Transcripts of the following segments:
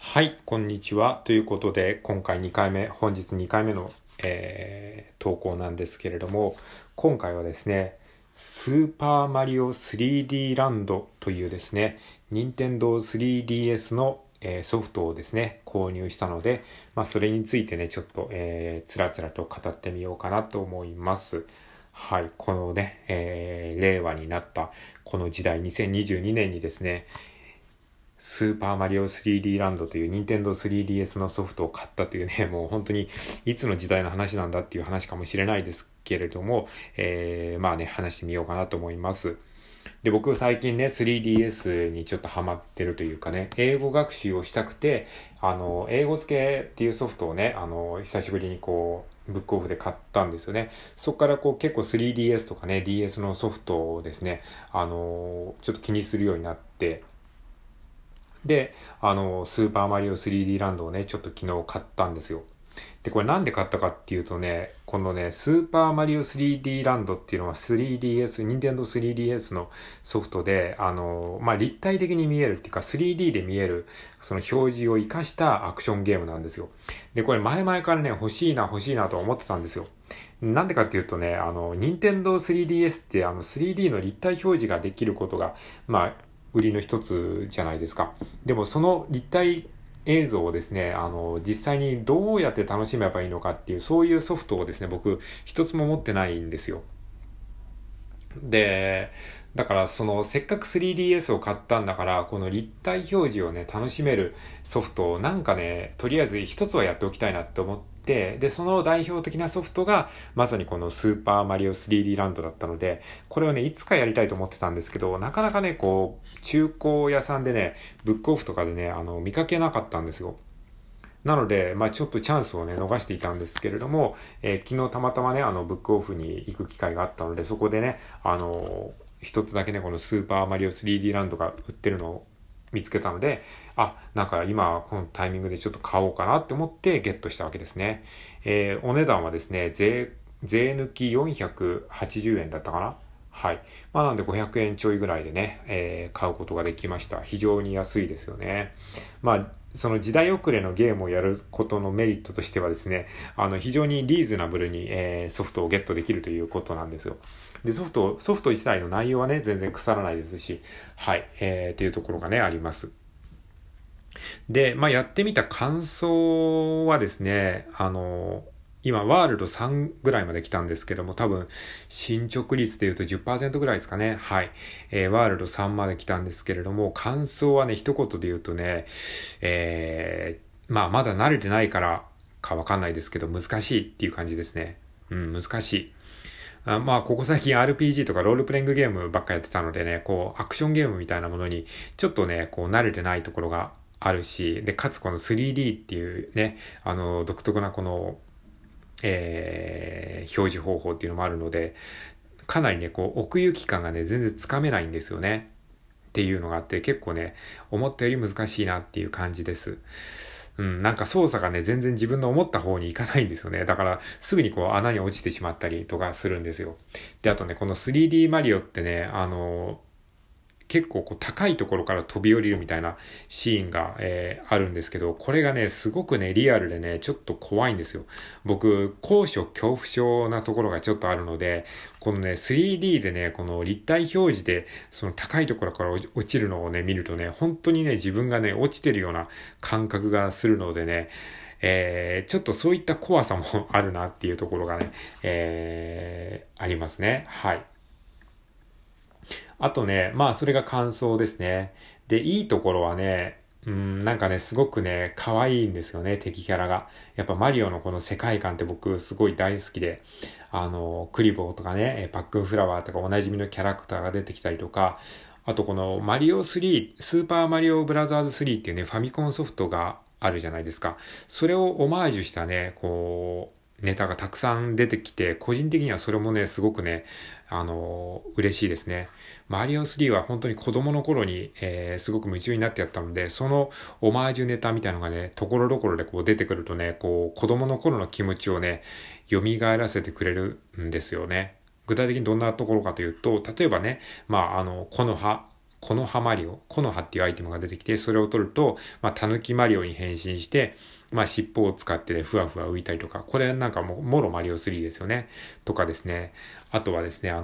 はい、こんにちは。ということで、本日2回目の、投稿なんですけれども、今回はですね、スーパーマリオ 3D ランドというですね、任天堂 3DS の、ソフトをですね、購入したので、それについてね、ちょっと、つらつらと語ってみようかなと思います。はい、このね、令和になったこの時代、2022年にですね、スーパーマリオ 3D ランドという任天堂 3DS のソフトを買ったというね、もう本当にいつの時代の話なんだっていう話かもしれないですけれども、話してみようかなと思います。で、僕最近ね、3DS にちょっとハマってるというかね、英語学習をしたくて、英語付けっていうソフトをね、久しぶりにブックオフで買ったんですよね。そこから結構 3DS とかね、DS のソフトをですね、ちょっと気にするようになって、で、スーパーマリオ 3D ランドをね、ちょっと昨日買ったんですよ。で、これなんで買ったかっていうとね、このね、スーパーマリオ 3D ランドっていうのは 3DS、任天堂 3DS のソフトで、立体的に見えるっていうか 3D で見える、その表示を活かしたアクションゲームなんですよ。で、これ前々からね、欲しいなと思ってたんですよ。なんでかっていうとね、任天堂 3DS って3D の立体表示ができることが、売りの一つじゃないですか。でもその立体映像をですね、実際にどうやって楽しめばいいのかっていう、そういうソフトをですね、僕、一つも持ってないんですよ。で、だからせっかく 3DS を買ったんだから、この立体表示をね、楽しめるソフトをなんかね、とりあえず一つはやっておきたいなって思って、で、その代表的なソフトが、まさにこのスーパーマリオ 3D ランドだったので、これをね、いつかやりたいと思ってたんですけど、なかなかね、中古屋さんでね、ブックオフとかでね、見かけなかったんですよ。なので、ちょっとチャンスをね、逃していたんですけれども、昨日たまたまね、ブックオフに行く機会があったので、そこでね、一つだけね、このスーパーマリオ 3D ランドが売ってるのを見つけたので、なんか今、このタイミングでちょっと買おうかなって思ってゲットしたわけですね。お値段はですね、税抜き480円だったかな。はい。なんで500円ちょいぐらいでね、買うことができました。非常に安いですよね。その時代遅れのゲームをやることのメリットとしてはですね、非常にリーズナブルに、ソフトをゲットできるということなんですよ。で、ソフト自体の内容はね、全然腐らないですし、はい、というところがね、あります。で、やってみた感想はですね、今、ワールド3ぐらいまで来たんですけども、多分、進捗率で言うと 10% ぐらいですかね。はい。ワールド3まで来たんですけれども、感想はね、一言で言うとね、まだ慣れてないからかわかんないですけど、難しいっていう感じですね。難しい。ここ最近 RPG とかロールプレイングゲームばっかやってたのでね、アクションゲームみたいなものに、ちょっとね、慣れてないところがあるし、で、かつこの 3D っていうね、独特な表示方法っていうのもあるので、かなりね、奥行き感がね、全然つかめないんですよね。っていうのがあって、結構ね、思ったより難しいなっていう感じです。なんか操作がね、全然自分の思った方に行かないんですよね。だから、すぐに穴に落ちてしまったりとかするんですよ。で、あとね、この 3D マリオってね、結構高いところから飛び降りるみたいなシーンが、あるんですけど、これがね、すごくね、リアルでね、ちょっと怖いんですよ。僕、高所恐怖症なところがちょっとあるので、このね、3D でね、この立体表示で、その高いところから落ちるのをね、見るとね、本当にね、自分がね、落ちてるような感覚がするのでね、ちょっとそういった怖さもあるなっていうところがね、ありますね。はい。あとね、それが感想ですね。で、いいところはね、なんかね、すごくね、可愛いんですよね、敵キャラが。やっぱマリオのこの世界観って僕すごい大好きで、クリボーとかね、パックンフラワーとかおなじみのキャラクターが出てきたりとか、あとこのマリオ3、スーパーマリオブラザーズ3っていうね、ファミコンソフトがあるじゃないですか。それをオマージュしたね、ネタがたくさん出てきて、個人的にはそれもね、すごくね、嬉しいですね。マリオ3は本当に子供の頃に、すごく夢中になってやったので、そのオマージュネタみたいなのがね、ところどころで出てくるとね、子供の頃の気持ちをね、蘇らせてくれるんですよね。具体的にどんなところかというと、例えばね、 木の葉マリオ、木の葉っていうアイテムが出てきて、それを取ると、タヌキマリオに変身して、尻尾を使ってね、ふわふわ浮いたりとか、これなんかもろマリオ3ですよね。とかですね。あとはですね、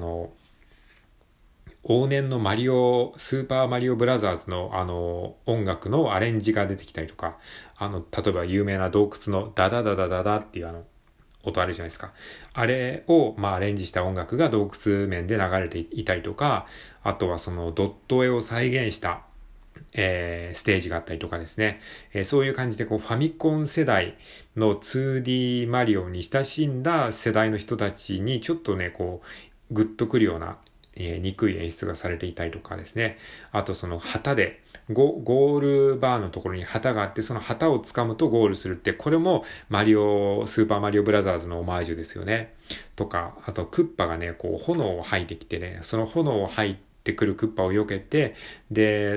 往年のスーパーマリオブラザーズの音楽のアレンジが出てきたりとか、例えば有名な洞窟のダダダダダダっていう音あるじゃないですか。あれを、アレンジした音楽が洞窟面で流れていたりとか、あとはそのドット絵を再現した、ステージがあったりとかですね。そういう感じでファミコン世代の 2D マリオに親しんだ世代の人たちにちょっとね、グッとくるような憎い演出がされていたりとかですね。あとその旗でゴールバーのところに旗があって、その旗を掴むとゴールするって、これもスーパーマリオブラザーズのオマージュですよね。とか、あとクッパがね、炎を吐いてきてね、その炎を吐いてくるクッパを避けて、で、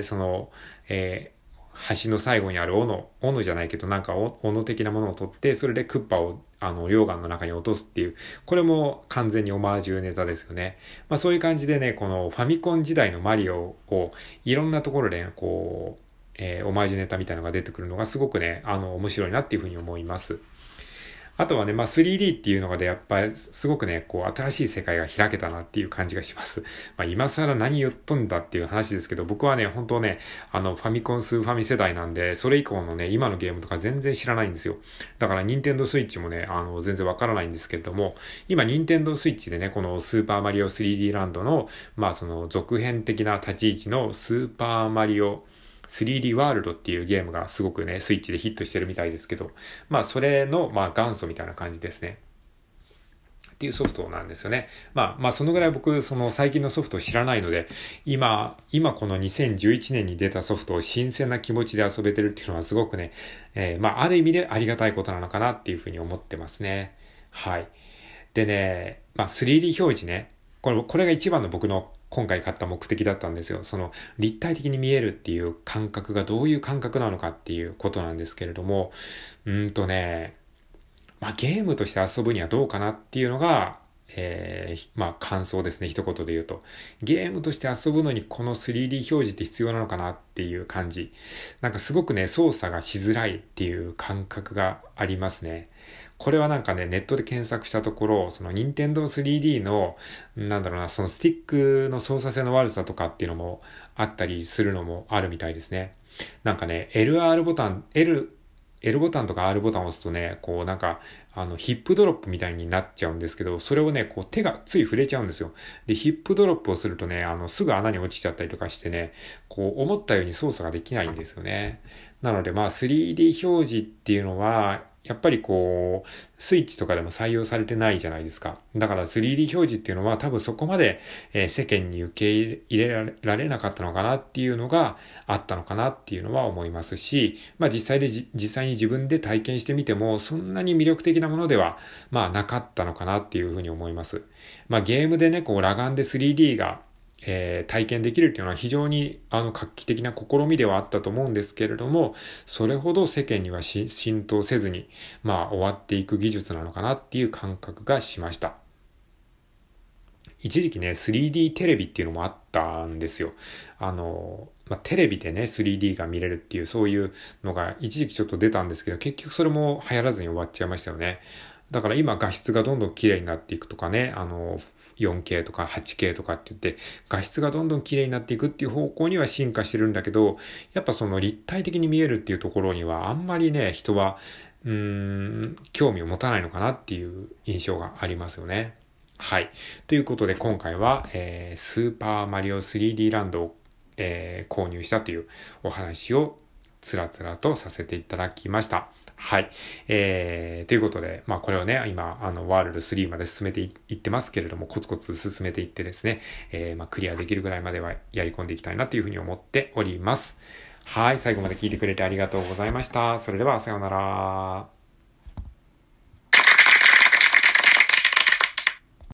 橋の最後にある斧じゃないけど、なんか斧的なものを取って、それでクッパを溶岩の中に落とすっていう、これも完全にオマージュネタですよね。そういう感じでね、このファミコン時代のマリオをいろんなところで、オマージュネタみたいなのが出てくるのがすごくね、面白いなっていうふうに思います。あとはね、3D っていうのがやっぱりすごくね、新しい世界が開けたなっていう感じがします。今更何言っとんだっていう話ですけど、僕はね、本当ね、ファミコンスーファミ世代なんで、それ以降のね、今のゲームとか全然知らないんですよ。だから任天堂スイッチもね、全然わからないんですけれども、今任天堂スイッチでね、このスーパーマリオ 3D ランドの、その続編的な立ち位置のスーパーマリオ3D ワールドっていうゲームがすごくね、スイッチでヒットしてるみたいですけど、それの、元祖みたいな感じですね。っていうソフトなんですよね。そのぐらい僕、その最近のソフトを知らないので、今この2011年に出たソフトを新鮮な気持ちで遊べてるっていうのはすごくね、ある意味でありがたいことなのかなっていうふうに思ってますね。はい。でね、3D 表示ね、これが一番の僕の今回買った目的だったんですよ。その立体的に見えるっていう感覚がどういう感覚なのかっていうことなんですけれども、ゲームとして遊ぶにはどうかなっていうのが、感想ですね。一言で言うと。ゲームとして遊ぶのにこの 3D 表示って必要なのかなっていう感じ。なんかすごくね、操作がしづらいっていう感覚がありますね。これはなんかね、ネットで検索したところ、その任天堂 3D の、そのスティックの操作性の悪さとかっていうのもあったりするのもあるみたいですね。なんかね、L ボタンとか R ボタンを押すとね、ヒップドロップみたいになっちゃうんですけど、それをね、手がつい触れちゃうんですよ。で、ヒップドロップをするとね、すぐ穴に落ちちゃったりとかしてね、思ったように操作ができないんですよね。なので、3D 表示っていうのは、やっぱりスイッチとかでも採用されてないじゃないですか。だから 3D 表示っていうのは多分そこまで、世間に受け入れられなかったのかなっていうのがあったのかなっていうのは思いますし、実際に自分で体験してみてもそんなに魅力的なものではなかったのかなっていうふうに思います。ゲームでね、裸眼で 3D が体験できるっていうのは非常に画期的な試みではあったと思うんですけれども、それほど世間には浸透せずに終わっていく技術なのかなっていう感覚がしました。一時期ね 3D テレビっていうのもあったんですよ。テレビでね 3D が見れるっていうそういうのが一時期ちょっと出たんですけど、結局それも流行らずに終わっちゃいましたよね。だから今画質がどんどん綺麗になっていくとかね、4K とか 8K とかって言って画質がどんどん綺麗になっていくっていう方向には進化してるんだけど、やっぱその立体的に見えるっていうところにはあんまりね、人は興味を持たないのかなっていう印象がありますよね。はい。ということで今回は、スーパーマリオ 3D ランドを、購入したというお話をつらつらとさせていただきました。はい。ということで、これをね、今、ワールド3まで進めていってますけれども、コツコツ進めていってですね、クリアできるぐらいまではやり込んでいきたいなというふうに思っております。はい。最後まで聞いてくれてありがとうございました。それでは、さようなら。